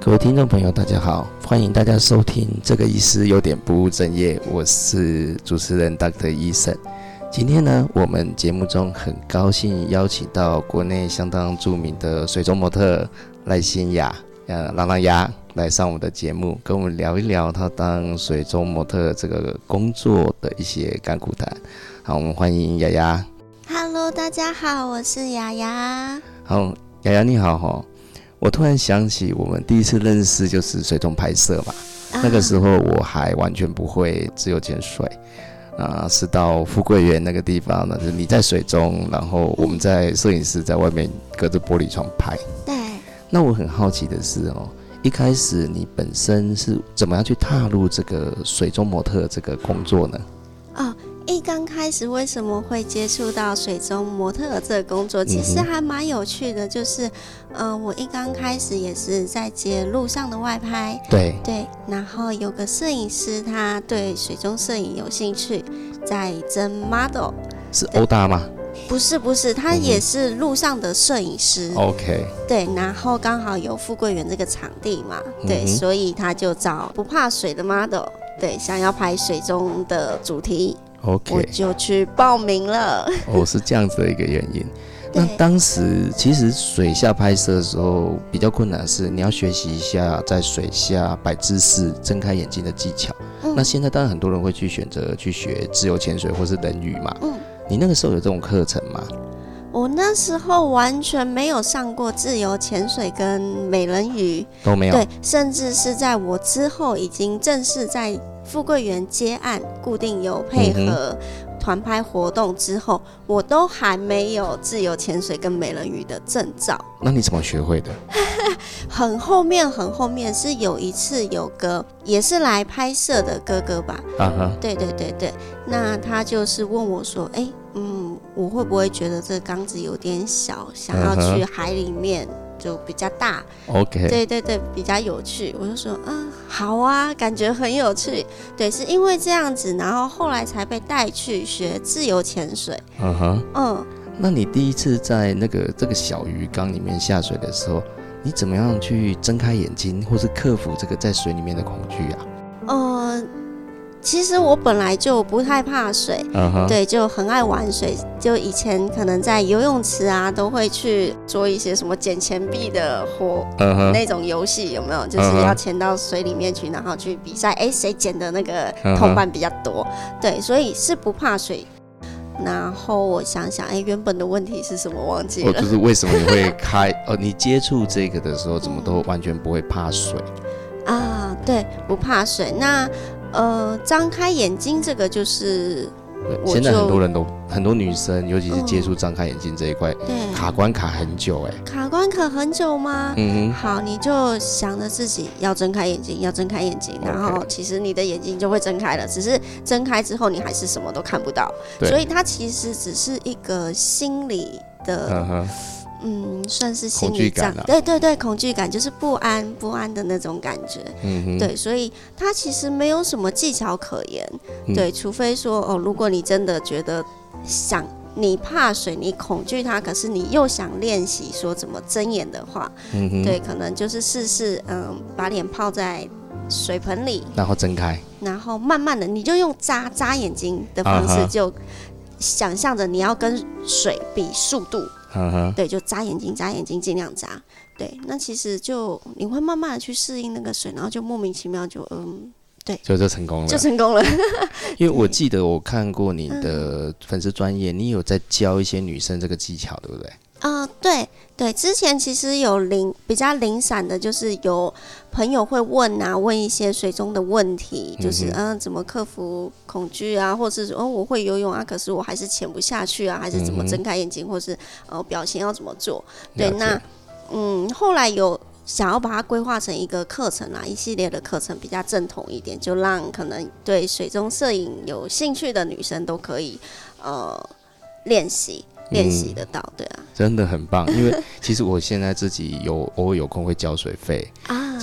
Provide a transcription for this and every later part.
各位听众朋友大家好，欢迎大家收听这个医师有点不务正业，我是主持人 Dr. Eason。今天呢，我们节目中很高兴邀请到国内相当著名的水中模特赖欣雅郎牙来上我们的节目，跟我们聊一聊她当水中模特这个工作的一些甘苦谈。好，我们欢迎雅雅。 Hello， 大家好，我是雅雅。 好，雅雅你好。我突然想起我们第一次认识就是水中拍摄嘛，那个时候我还完全不会自由潜水是到富贵园那个地方呢，就是你在水中，然后我们在摄影师在外面隔着玻璃窗拍。 对。 那我很好奇的是一开始你本身是怎么样去踏入这个水中模特这个工作呢？ 刚开始为什么会接触到水中模特这个工作，其实还蛮有趣的，就是我刚开始也是在接路上的外拍，对，然后有个摄影师他对水中摄影有兴趣，在征 model。 是欧大吗？ 不是，他也是路上的摄影师。 OK。 对，然后刚好有富贵园这个场地嘛，对，所以他就找不怕水的 model， 对，想要拍水中的主题。 OK， 我就去报名了。 是这样子的一个原因。那当时其实水下拍摄的时候比较困难的是，你要学习一下在水下摆姿势、睁开眼睛的技巧。那现在当然很多人会去选择去学自由潜水或是人鱼嘛。你那个时候有这种课程吗？ 我那时候完全没有上过自由潜水跟美人鱼， 都没有。 对，甚至是在我之后已经正式在富贵园接案，固定有配合团拍活动之后，我都还没有自由潜水跟美人鱼的证照。 那你怎么学会的？ 很后面是有一次有个也是来拍摄的哥哥吧，对，那他就是问我说，我会不会觉得这个缸子有点小，想要去海里面就比较大。 OK， 对，比较有趣。我就说好啊，感觉很有趣。对，是因为这样子，然后后来才被带去学自由潜水。 那你第一次在这个小鱼缸里面下水的时候，你怎么样去睁开眼睛，或是克服这个在水里面的恐惧啊？ 其实我本来就不太怕水，对，就很爱玩水。就以前可能在游泳池都会去做一些什么捡钱币的那种游戏，有没有？就是要潜到水里面去，然后去比赛，谁捡的那个铜板比较多？对，所以是不怕水。然后我想想，原本的问题是什么？忘记了。 就是为什么你会你接触这个的时候，怎么都完全不会怕水对，不怕水。那张开眼睛这个就是现在很多女生，尤其是接触张开眼睛这一块，卡关卡很久。 卡关卡很久吗？好，你就想着自己要睁开眼睛，然后其实你的眼睛就会睁开了，只是睁开之后你还是什么都看不到，所以它其实只是一个心理的算是心理障碍。对，恐惧感就是不安的那种感觉。对，所以它其实没有什么技巧可言。对，除非说如果你真的觉得你怕水，你恐惧它，可是你又想练习说怎么睁眼的话，对，可能就是试把脸泡在水盆里， 然后睁开，然后慢慢的你就用眨眼睛的方式，就想象着你要跟水比速度。对，就眨眼睛，尽量眨。对，那其实就你会慢慢的去适应那个水，然后就莫名其妙就对，就成功了， 因为我记得我看过你的粉丝专页，你有在教一些女生这个技巧，对不对？ 对，之前其实有比较零散的，就是有朋友会问一些水中的问题，就是怎么克服恐惧啊，或是我会游泳啊，可是我还是潜不下去啊，还是怎么睁开眼睛，或是表情要怎么做？对，那后来有想要把它规划成一个课程啦，一系列的课程比较正统一点，就让可能对水中摄影有兴趣的女生都可以练习得到。对啊， 真的很棒。因为其实我现在自己偶尔有空会交水费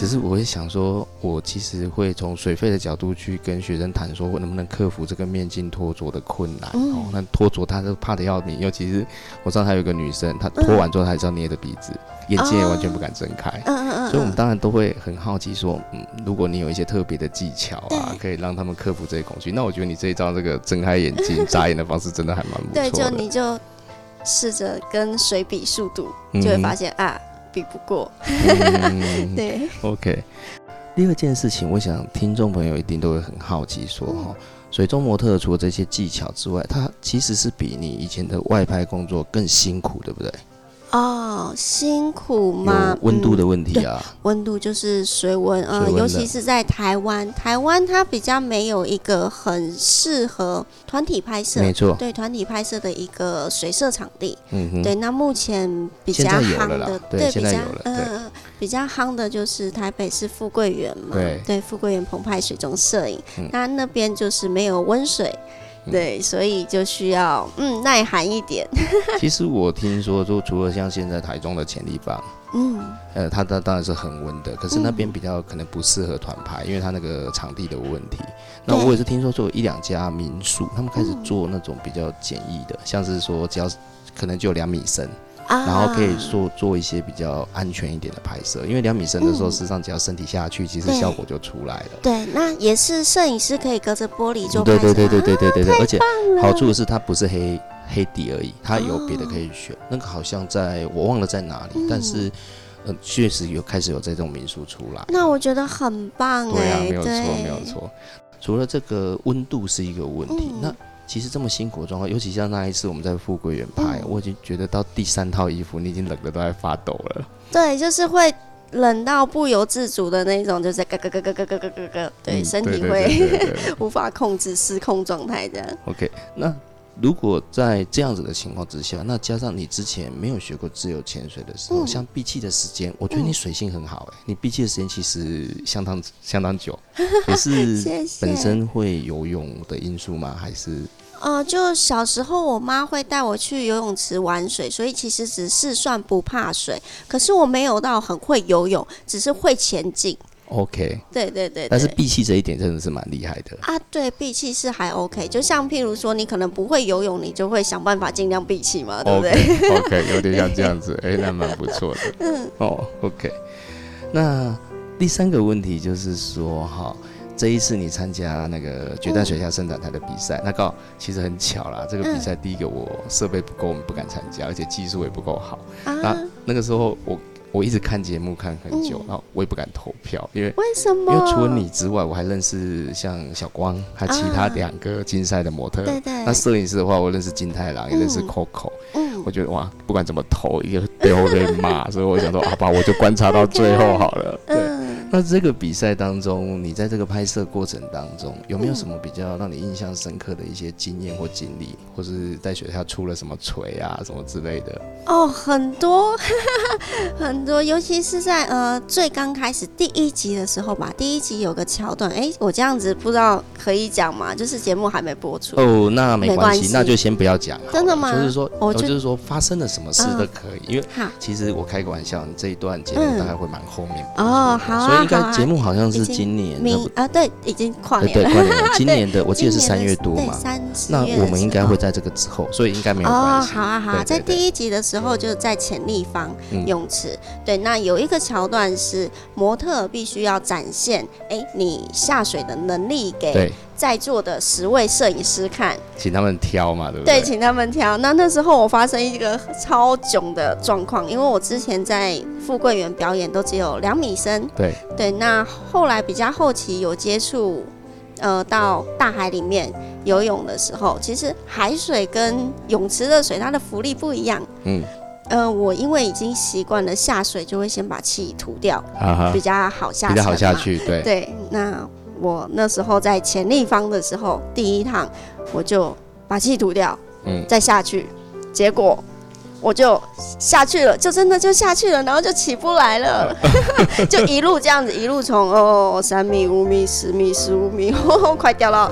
只是我会想说，我其实会从水肺的角度去跟学生谈说，我能不能克服这个面镜脱着的困难。那脱着他都怕得要命，尤其是我知道还有一个女生，她脱完之后她还是要捏着鼻子，眼睛也完全不敢睁开。所以我们当然都会很好奇说，如果你有一些特别的技巧啊，可以让他们克服这些恐惧，那我觉得你这一招这个睁开眼睛眨眼的方式真的还蛮不错的。 对，就你就试着跟水比速度，就会发现比不过。对 ，OK。第二件事情，我想听众朋友一定都会很好奇说，水中模特除了这些技巧之外，它其实是比你以前的外拍工作更辛苦，对不对？ 辛苦吗？ 有温度的问题啊， 温度就是水温，尤其是在台湾它比较没有一个很适合团体拍摄， 没错， 对团体拍摄的一个水摄场地。对，那目前比较夯的， 对，现在有了， 比较夯的就是台北市富贵园嘛，对，富贵园澎湃水中摄影，那边就是没有温水。对，所以就需要耐寒一点。 其实我听说，就除了像现在台中的潜立方，它当然是恒温的，可是那边比较可能不适合团拍，因为它那个场地的问题。那我也是听说，就有1-2家民宿，他们开始做那种比较简易的，像是说只要可能就2米深。然后可以做一些比较安全一点的拍摄，因为2米深的时候，事实上只要身体下去，其实效果就出来了。 对，那也是摄影师可以隔着玻璃做拍摄。 对，而且好处是它不是黑底而已，它有别的可以选。那个好像我忘了在哪里，但是确实开始有这种民宿出来。 那我觉得很棒哎。 对啊，没有错。除了这个温度是一个问题，那其实这么辛苦的状况，尤其像那一次我们在富贵园拍，我已经觉得到第3套衣服，你已经冷得都在发抖了。 对，就是会冷到不由自主的那种，就是咯，对，身体会无法控制失控状态这样。 OK， 那如果在这样子的情况之下，那加上你之前没有学过自由潜水的时候，像闭气的时间，我觉得你水性很好你闭气的时间其实相当久，也是本身会游泳的因素吗？还是？ 就小时候我妈会带我去游泳池玩水，所以其实只是算不怕水，可是我没有到很会游泳，只是会前进。 OK， 对， 但是闭气这一点真的是蛮厉害的对，闭气是还 OK， 就像譬如说你可能不会游泳，你就会想办法尽量闭气嘛，对不对 ？OK， 有点像这样子，那蛮不错的。OK， 那第3个问题就是说这一次你参加那个决战水下伸展台的比赛，那刚好其实很巧啦。这个比赛第一个我设备不够，我们不敢参加，而且技术也不够好。那个时候我一直看节目看很久，然后我也不敢投票，因为什么？ 因为除了你之外，我还认识像小光，还有其他2个竞赛的模特。 对。 那摄影师的话，我认识金太郎，也认识 Coco。我觉得哇，不管怎么投，一个背后被骂，所以我想说，好吧，我就观察到最后好了。对。那这个比赛当中，你在这个拍摄过程当中，有没有什么比较让你印象深刻的一些经验或经历，或是在学校出了什么锤啊什么之类的？ 很多很多，尤其是在最刚开始第1集的时候吧。第1集有个桥段，我这样子不知道可以讲吗？就是节目还没播出。 那没关系，那就先不要讲。 真的吗？ 就是说发生了什么事都可以，因为其实我开个玩笑，你这一段节目大概会蛮后面。 好所以应该节目好像是今年对，已经跨年了。 对，跨年了。今年的我记得是3月多嘛。那我们应该会在这个之后，所以应该没有关系。 好，在第1集的时候就在潜立方泳池。对，那有一个桥段是模特必须要展现，你下水的能力给在座的10位摄影师看， 请他们挑嘛，对不对？ 对，请他们挑。那时候我发生一个超囧的状况，因为我之前在富贵园表演都只有2米深。对，那后来比较后期有接触到大海里面游泳的时候，其实海水跟泳池的水它的浮力不一样。我因为已经习惯了下水就会先把气吐掉，比较好下去。 对，那我那时候在潜立方的时候，第1趟我就把气吐掉，再下去，结果我就下去了，就真的就下去了，然后就起不来了，就一路这样子，一路从3米、5米、10米、15米，快掉到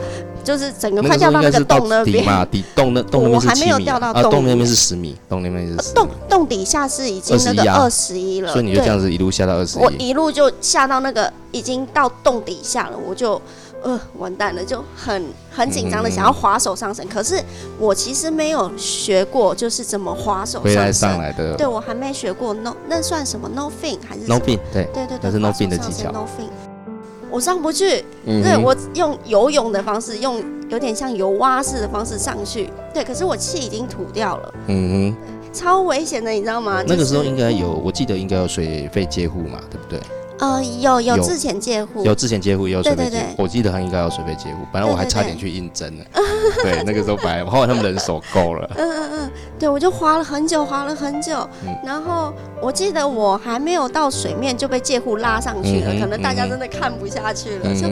就是整个快掉到那个洞那边底洞那边是7米， 我还没有掉到洞那边是10米，洞那边是10米， 洞底下是已经那个21了， 所以你就这样子一路下到21， 我一路就下到那个已经到洞底下了，我就完蛋了，就很紧张的想要滑手上绳，可是我其实没有学过，就是怎么滑手上来的， 对我还没学过 那算什么 no fin 还是 no fin？ 对， 那是 no fin 的技巧。 no fin， 我上不去，对我用游泳的方式，用有点像游蛙式的方式上去，对，可是我气已经吐掉了，超危险的，你知道吗？ 那个时候应该有，我记得应该有水肺接护嘛，对不对？ 有之前借户， 有之前借户，也有水费借户。我记得他应该有水费借户，本来我还差点去应征呢。对，那个时候本来后来他们人手够了。 对，我就滑了很久，然后我记得我还没有到水面就被借户拉上去了，可能大家真的看不下去了，就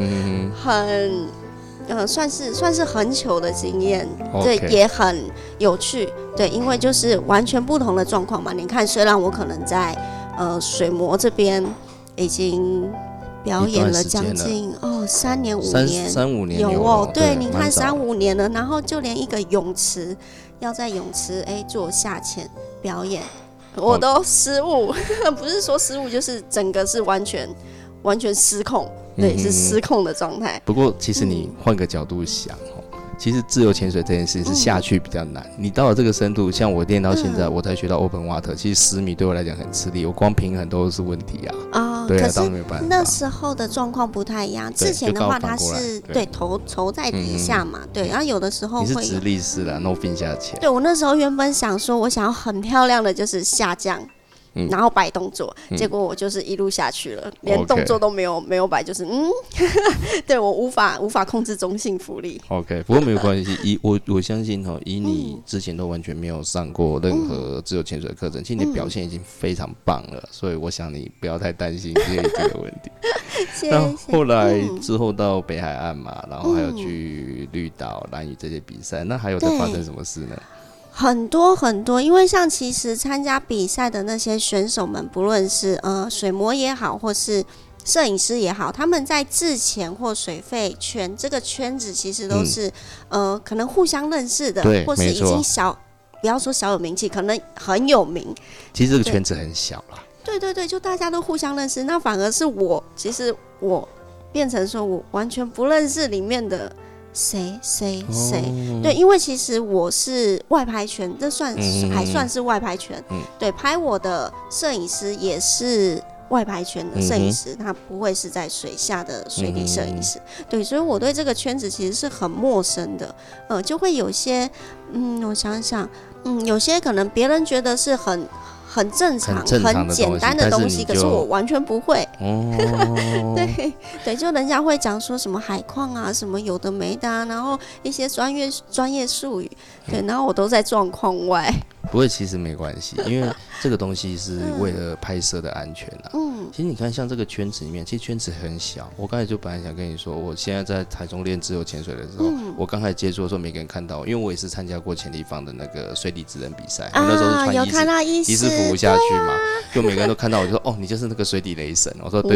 很算是很糗的经验，对，也很有趣，对，因为就是完全不同的状况嘛。你看，虽然我可能在水魔这边已经表演了将近3年5年 ，3-5年有哦，对，你看 3-5 年了，然后就连一个泳池要在泳池做下潜表演，我都失误，不是说失误，就是整个是完全失控，对，是失控的状态。 不过其实你换个角度想其实自由潜水这件事是下去比较难，你到了这个深度，像我练到现在，我才学到 open water， 其实10米对我来讲很吃力，我光平衡都是问题啊。对啊，当然没办法。 那时候的状况不太一样，之前的话它是对头在底下嘛，对，然后有的时候会你是直立式的 no fin 下潜。 对，我那时候原本想说，我想要很漂亮的就是下降。然后摆动作，结果我就是一路下去了，连动作都没有摆，就是对我无法控制中性浮力。 OK， 不过没有关系，我相信以你之前都完全没有上过任何自由潜水课程，其实你的表现已经非常棒了，所以我想你不要太担心这个问题。那后来之后到北海岸嘛，然后还有去绿岛、兰屿这些比赛，那还有在发生什么事呢？ 很多，因为像其实参加比赛的那些选手们，不论是水模也好，或是摄影师也好，他们在自潜或水肺圈这个圈子，其实都是可能互相认识的，或是已经不要说小有名气，可能很有名。 其实这个圈子很小啦。 对，就大家都互相认识，那反而是其实我变成说我完全不认识里面的。谁？对，因为其实我是外拍圈，这还算是外拍圈。对，拍我的摄影师也是外拍圈的摄影师，他不会是在水下的水底摄影师。对，所以我对这个圈子其实是很陌生的。就会有些，我想想，有些可能别人觉得是很正常、很简单的东西，可是我完全不会。对，就人家会讲说什么海况啊，什么有的没的啊，然后一些专业术语，对，然后我都在状况外。 不会，其实没关系，因为这个东西是为了拍摄的安全啊。其实你看，像这个圈子里面，其实圈子很小。我刚才就本来想跟你说，我现在在台中练自由潜水的时候，我刚开始接触的时候，没个人看到我，因为我也是参加过潜立方的那个水底职人比赛，我那时候是穿医师服下去嘛，就每个人都看到我，就说你就是那个水底雷神。我说对。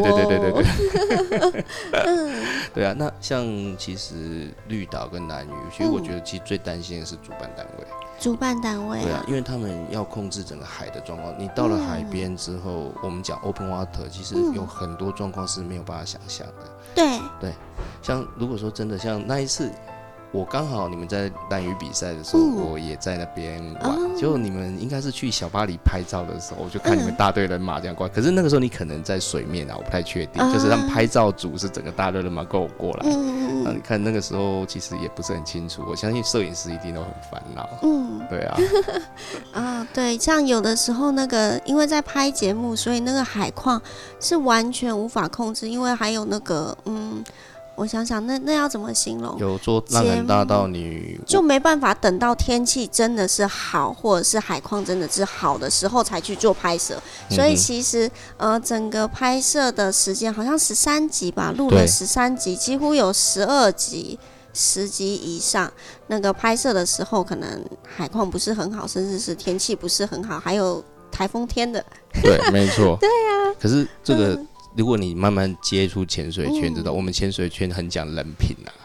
对啊，那像其实绿岛跟兰屿，其实我觉得其实最担心的是主办单位。对啊，因为他们要控制整个海的状况。你到了海边之后，我们讲 open water， 其实有很多状况是没有办法想象的。对，像如果说真的像那一次，我刚好你们在兰屿比赛的时候，我也在那边玩。就你们应该是去小巴黎拍照的时候，我就看你们大队人马这样过来。可是那个时候你可能在水面啊，我不太确定。就是他们拍照组是整个大队人马跟我过来。那你看那个时候其实也不是很清楚。我相信摄影师一定都很烦恼。对啊。 对，像有的时候那个因为在拍节目，所以那个海况是完全无法控制，因为还有那个我想想，那要怎么形容？ 有做让人大到你就没办法等到天气真的是好，或者是海况真的是好的时候才去做拍摄。所以其实整个拍摄的时间好像13集吧，录了13集，几乎有12集。10集以上，那个拍摄的时候可能海况不是很好，甚至是天气不是很好，还有台风天的。 对，没错。对啊。可是这个，如果你慢慢接触潜水圈，知道我们潜水圈很讲人品啊。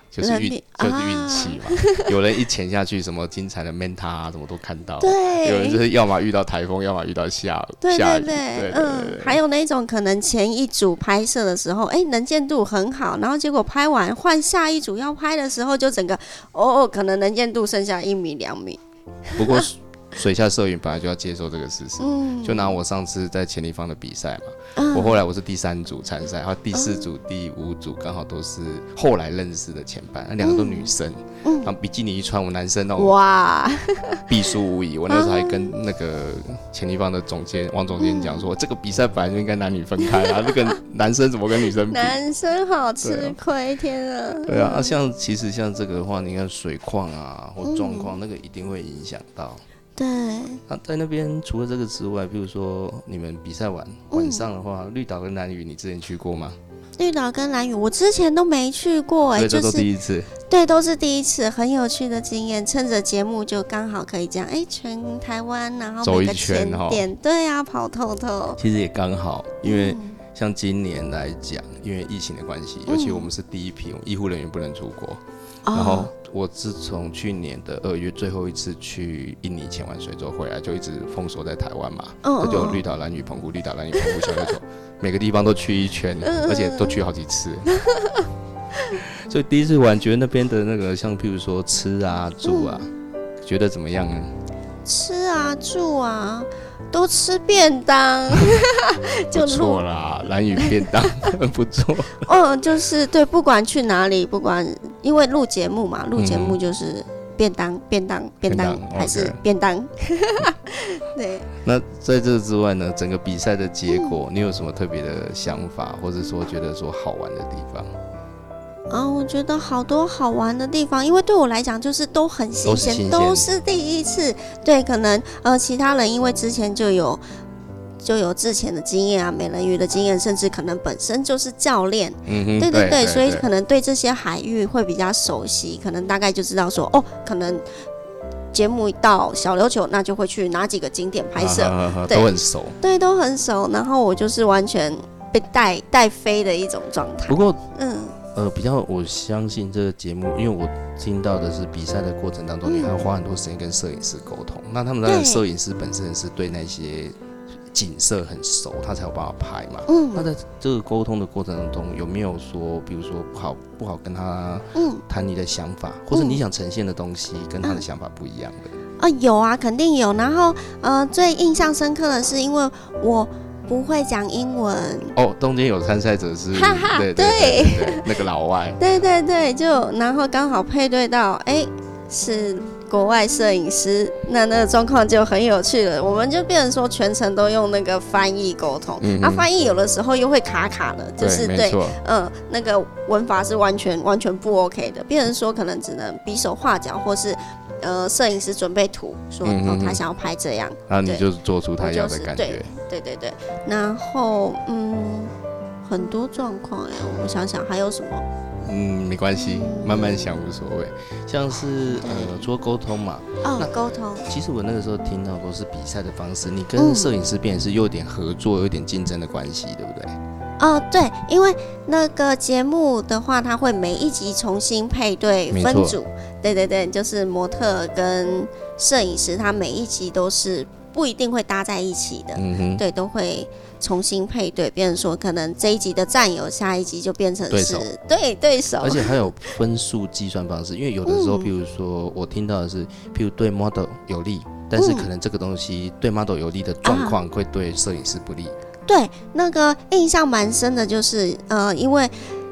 就是运气嘛。有人一潜下去，什么精彩的 Manta 啊，什么都看到。 对， 有人就是要么遇到台风，要么遇到下雨。 对，还有那种可能前一组拍摄的时候，能见度很好，然后结果拍完换下一组要拍的时候，就整个可能能见度剩下1米2米。 不过水下摄影本来就要接受这个事实，就拿我上次在潜立方的比赛嘛，我后来我是第3组参赛，然后第4组、第5组刚好都是后来认识的前伴，那2个都女生，然后比基尼一穿，我男生哦，哇，必输无疑。我那时候还跟那个潜立方的王总监讲说，这个比赛本来就应该男女分开啊，那个男生怎么跟女生比？男生好吃亏，天啊！ 对啊，其实像这个的话，你看水况啊或状况，那个一定会影响到。 对， 在那边除了这个之外，比如说你们比赛晚上的话，绿岛跟兰屿，你之前去过吗？ 绿岛跟兰屿，我之前都没去过， 这都第一次。 对，都是第一次，很有趣的经验。趁着节目就刚好可以这样，全台湾，然后每个潜点，对啊，跑透透。 其实也刚好，因为像今年来讲，因为疫情的关系，尤其我们是第一批，医护人员不能出国，然后我自从去年的2月最后一次去印尼潜完水之后回来，就一直封锁在台湾嘛，这就绿岛、兰屿、澎湖、绿岛、兰屿、澎湖、小琉球，每个地方都去一圈，而且都去好几次。所以第一次玩，觉得那边的那个像譬如说吃啊、住啊，觉得怎么样呢？ 吃啊、住啊。都吃便当， 就不错啦，兰屿便当很不错。 就是对，不管去哪里，不管因为录节目嘛，录节目就是便当还是便当。对。那在这之外呢，整个比赛的结果，你有什么特别的想法，或者说觉得说好玩的地方？ 我觉得好多好玩的地方，因为对我来讲就是都很新鲜，都是第一次。对，可能其他人因为之前就有之前的经验啊，美人鱼的经验，甚至可能本身就是教练。对，所以可能对这些海域会比较熟悉，可能大概就知道说可能节目到小琉球，那就会去哪几个景点拍摄， 都很熟。 对，都很熟。然后我就是完全被带飞的一种状态。 不过，比较我相信这个节目，因为我听到的是比赛的过程当中，你还要花很多时间跟摄影师沟通。那他们的摄影师本身是对那些景色很熟，他才有办法拍嘛。那在这个沟通的过程当中，有没有说，比如说不好跟他谈你的想法，或者你想呈现的东西跟他的想法不一样的？ 有啊，肯定有。然后最印象深刻的是，因为我不会讲英文中间有参赛者是，对，那个老外， 对，就然后刚好配对到，是国外摄影师，那个状况就很有趣了。我们就变成说全程都用那个翻译沟通，翻译有的时候又会卡的，就是对，那个文法是完全不 OK 的，变成说可能只能比手画脚，或是摄影师准备图，说他想要拍这样， 然后你就做出他要的感觉。 对，然后很多状况我想想还有什么？ 没关系，慢慢想无所谓。像是除了沟通嘛， 沟通。 其实我那个时候听到都是比赛的方式，你跟摄影师变成是有点合作、有点竞争的关系，对不对？ 对，因为那个节目的话，它会每一集重新配对分组。对，就是模特跟摄影师，他每一集都是不一定会搭在一起的。对，都会重新配对，变成说可能这一集的战友，下一集就变成是对手。 而且还有分数计算方式，因为有的时候，譬如说我听到的是，譬如对 model 有利，但是可能这个东西对 model 有利的状况会对摄影师不利。 对，那个印象蛮深的，就是因为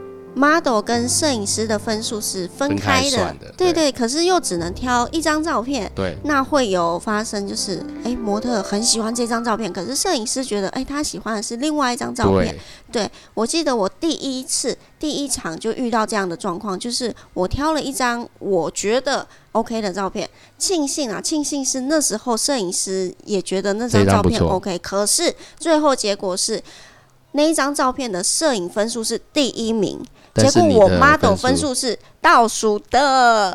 model 跟摄影师的分数是分开的，对，可是又只能挑一张照片， 对， 那会有发生就是，模特很喜欢这张照片，可是摄影师觉得，他喜欢的是另外一张照片。对，我记得我第一场就遇到这样的状况，就是我挑了一张我觉得 OK 的照片，庆幸是那时候摄影师也觉得那张照片 OK， 可是最后结果是那一张照片的摄影分数是第1名，结果我 model 分数是倒数的。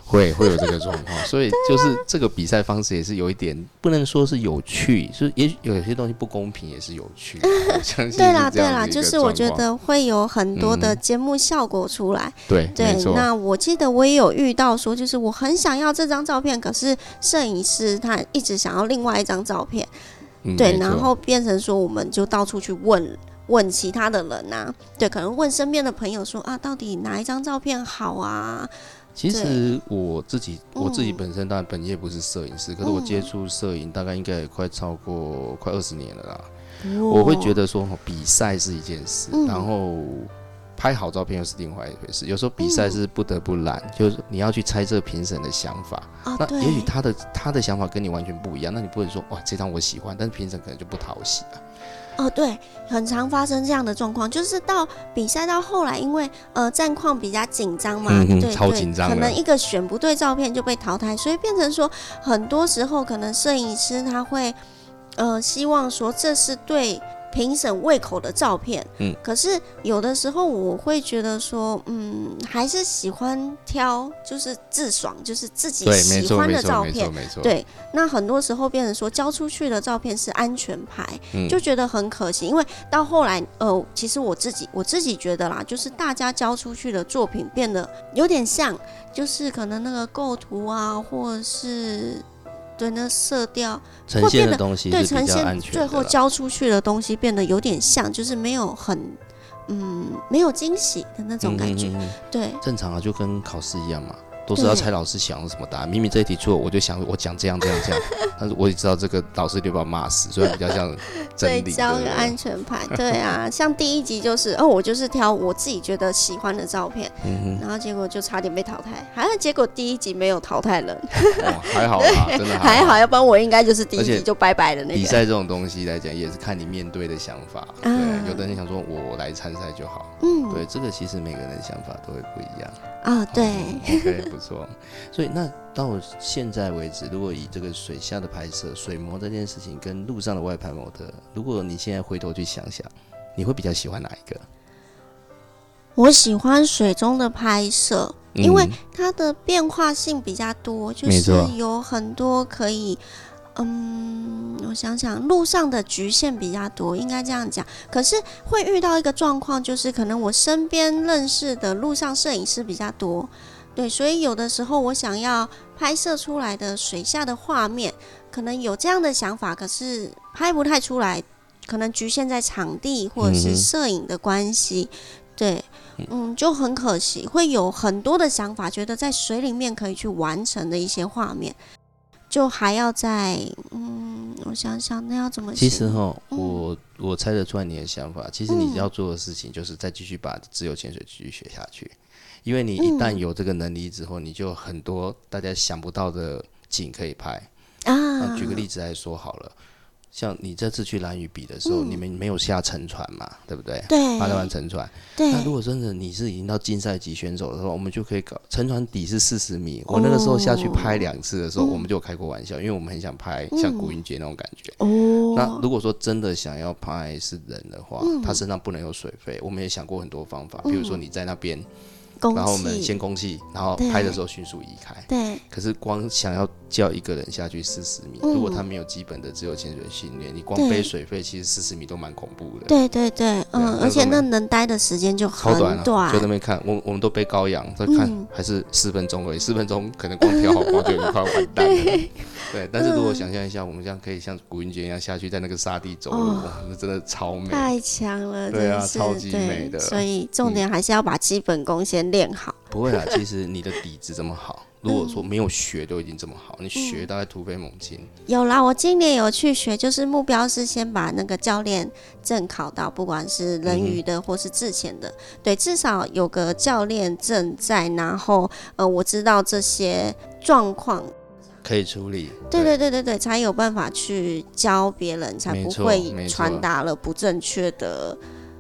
会有这个状况，所以就是这个比赛方式也是有一点不能说是有趣，就是也许有些东西不公平也是有趣。我相信对啦，就是我觉得会有很多的节目效果出来。 对， 那我记得我也有遇到说，就是我很想要这张照片，可是摄影师他一直想要另外一张照片。对，然后变成说我们就到处去问其他的人啊，对，可能问身边的朋友说啊，到底哪一张照片好啊？ 其实我自己本身当然本业不是摄影师，可是我接触摄影大概应该也快超过快20年了啦。我会觉得说比赛是一件事，然后拍好照片又是另外一回事。有时候比赛是不得不然，就是你要去猜测评审的想法。那也许他的想法跟你完全不一样，那你不能说哇这张我喜欢，但是评审可能就不讨喜啊。 对，很常发生这样的状况，就是到比赛到后来，因为战况比较紧张嘛，对， 超紧张的， 可能一个选不对照片就被淘汰，所以变成说，很多时候可能摄影师他会希望说这是对评审胃口的照片，可是有的时候我会觉得说，还是喜欢挑就是自爽，就是自己喜欢的照片。对，那很多时候变成说交出去的照片是安全牌，就觉得很可惜。因为到后来，其实我自己觉得啦，就是大家交出去的作品变得有点像，就是可能那个构图啊，或者是。对，那色调呈现的东西是比较安全的， 最后交出去的东西变得有点像，就是没有很没有惊喜的那种感觉。对， 正常啊，就跟考试一样嘛，都是要猜老师想什么答案。明明这一题错，我就想我讲这样，但是我也知道这个老师就把我骂死，所以比较像真理。 对，交个安全牌。对啊，像第一集就是我就是挑我自己觉得喜欢的照片，然后结果就差点被淘汰，还好结果第一集没有淘汰人。 还好啦，真的还好，要不然我应该就是第一集就拜拜的那个。 比赛这种东西来讲，也是看你面对的想法。对，有的人想说我来参赛就好。对，这个其实每个人的想法都会不一样。 对。 OK， 不错。所以那到现在为止，如果以这个水下的拍摄、水模这件事情跟陆上的外拍模特，如果你现在回头去想想，你会比较喜欢哪一个？ 我喜欢水中的拍摄，因为它的变化性比较多，就是有很多可以。我想想，路上的局限比较多，应该这样讲。可是会遇到一个状况，就是可能我身边认识的路上摄影师比较多，对，所以有的时候我想要拍摄出来的水下的画面，可能有这样的想法，可是拍不太出来，可能局限在场地或者是摄影的关系，对，就很可惜，会有很多的想法，觉得在水里面可以去完成的一些画面。就还要再我想想那要怎么写。 其实我猜得出来你的想法。其实你要做的事情就是再继续把自由潜水继续学下去，因为你一旦有这个能力之后，你就有很多大家想不到的景可以拍啊。举个例子来说好了，像你这次去兰屿比的时候，你们没有下沉船嘛，对不对？ 对， 巴勒湾沉船。 对。 那如果真的你是已经到竞赛级选手的时候，我们就可以搞沉船底是40米。我那个时候下去拍2次的时候，我们就有开过玩笑，因为我们很想拍像古云杰那种感觉。那如果说真的想要拍是人的话，他身上不能有水肺。我们也想过很多方法，比如说你在那边。然后我们先供气，然后拍的时候迅速移开。 对。可是光想要叫一个人下去40米，如果他没有基本的自由潜水训练，你光背水肺，其实40米都蛮恐怖的。 对，而且那能待的时间就很短。 就在那边看，我们都背高氧，在看还是4分钟而已，4分钟可能光调好光就快完蛋了。对，但是如果想象一下，我们这样可以像古云杰一样下去，在那个沙地走路，那真的超美， 太强了。 对啊，超级美的。 所以重点还是要把基本功先练好。 不会啦，其实你的底子这么好，如果说没有学都已经这么好，你学大概突飞猛进。 有啦，我今年有去学，就是目标是先把那个教练证考到，不管是人鱼的或是自潜的，对，至少有个教练证在，然后我知道这些状况可以处理。 对，才有办法去教别人，才不会传达了不正确的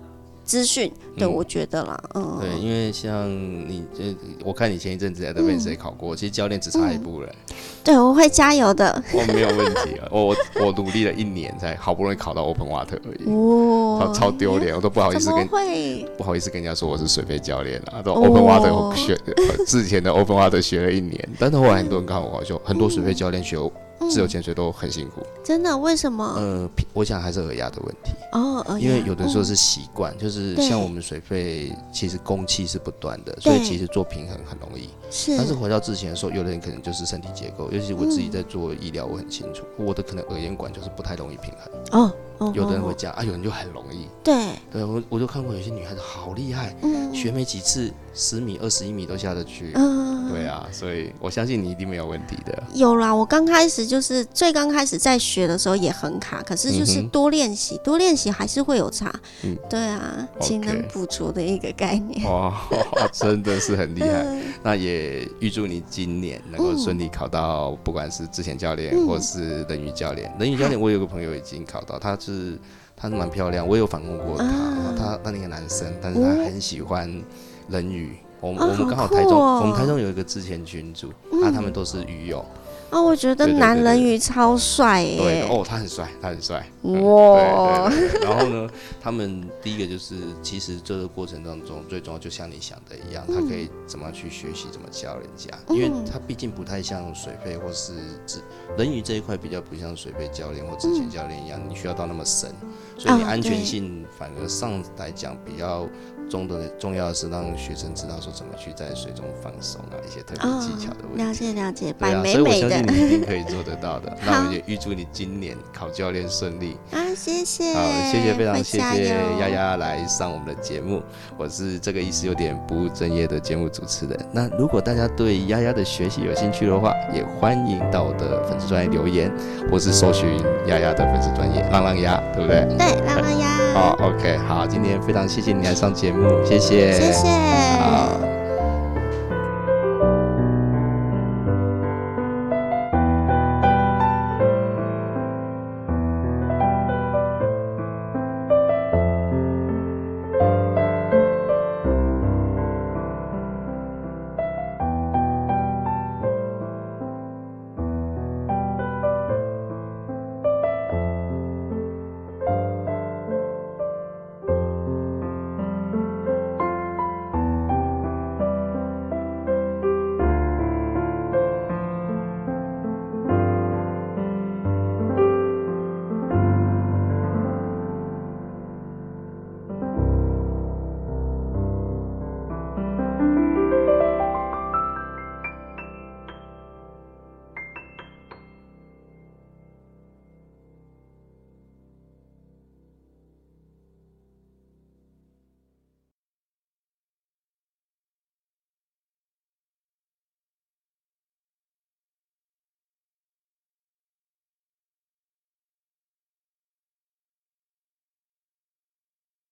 资讯。对，我觉得啦， 对，因为像你，我看你前一阵子在德贝斯考过，其实教练只差一步了。 对，我会加油的。 没有问题啊，我努力了1年才好不容易考到 Open Water 而已，超丢脸，我都不好意思跟人家说我是水肺教练啊，都 Open Water 学之前的 Open Water 学了1年，但是后来很多人看我就很多水肺教练学自由潜水都很辛苦。 真的？为什么？ 我想还是耳压的问题。因为有的时候是习惯，就是像我们水肺，其实供气是不断的，所以其实做平衡很容易。但是回到之前的时候，有的人可能就是身体结构，尤其是我自己在做医疗，我很清楚，我的可能耳咽管就是不太容易平衡。有的人会这样有人就很容易。对，我就看过有些女孩子好厉害，学没几次10米、21米都下得去。对啊，所以我相信你一定没有问题的。 有啦，我刚开始就是最刚开始在学的时候也很卡，可是就是多练习，多练习还是会有差。对啊，勤能补拙的一个概念。哇， 真的是很厉害。那也预祝你今年能够顺利考到，不管是之前教练或是人鱼教练。人鱼教练，我有个朋友已经考到，她是蛮漂亮，我有访问过她，那个男生，但是他很喜欢人鱼。我们刚好我们台中有一个之前群组，他们都是鱼友。 我觉得男人鱼超帅耶！ 对，他很帅，哇！对。然后呢，他们第一个就是，其实这个过程当中，最重要就像你想的一样，他可以怎么去学习，怎么教人家，因为他毕竟不太像水肺或是人鱼这一块比较不像水肺教练或之前教练一样，你需要到那么深，所以你安全性反而上来讲比较重要的是让学生知道说怎么去在水中放松一些特别技巧的问题。 了解， 摆美美的。你一定可以做得到的。那我们也预祝你今年考教练顺利。 谢谢。 好，非常谢谢丫丫来上我们的节目。我是这个意思有点不务正业的节目主持人。那如果大家对丫丫的学习有兴趣的话，也欢迎到我的粉丝专页留言，或是搜寻丫丫的粉丝专页浪丫，对不对？ 对，浪丫。 OK， 好，今天非常谢谢你来上节目，谢谢。 谢谢。 好。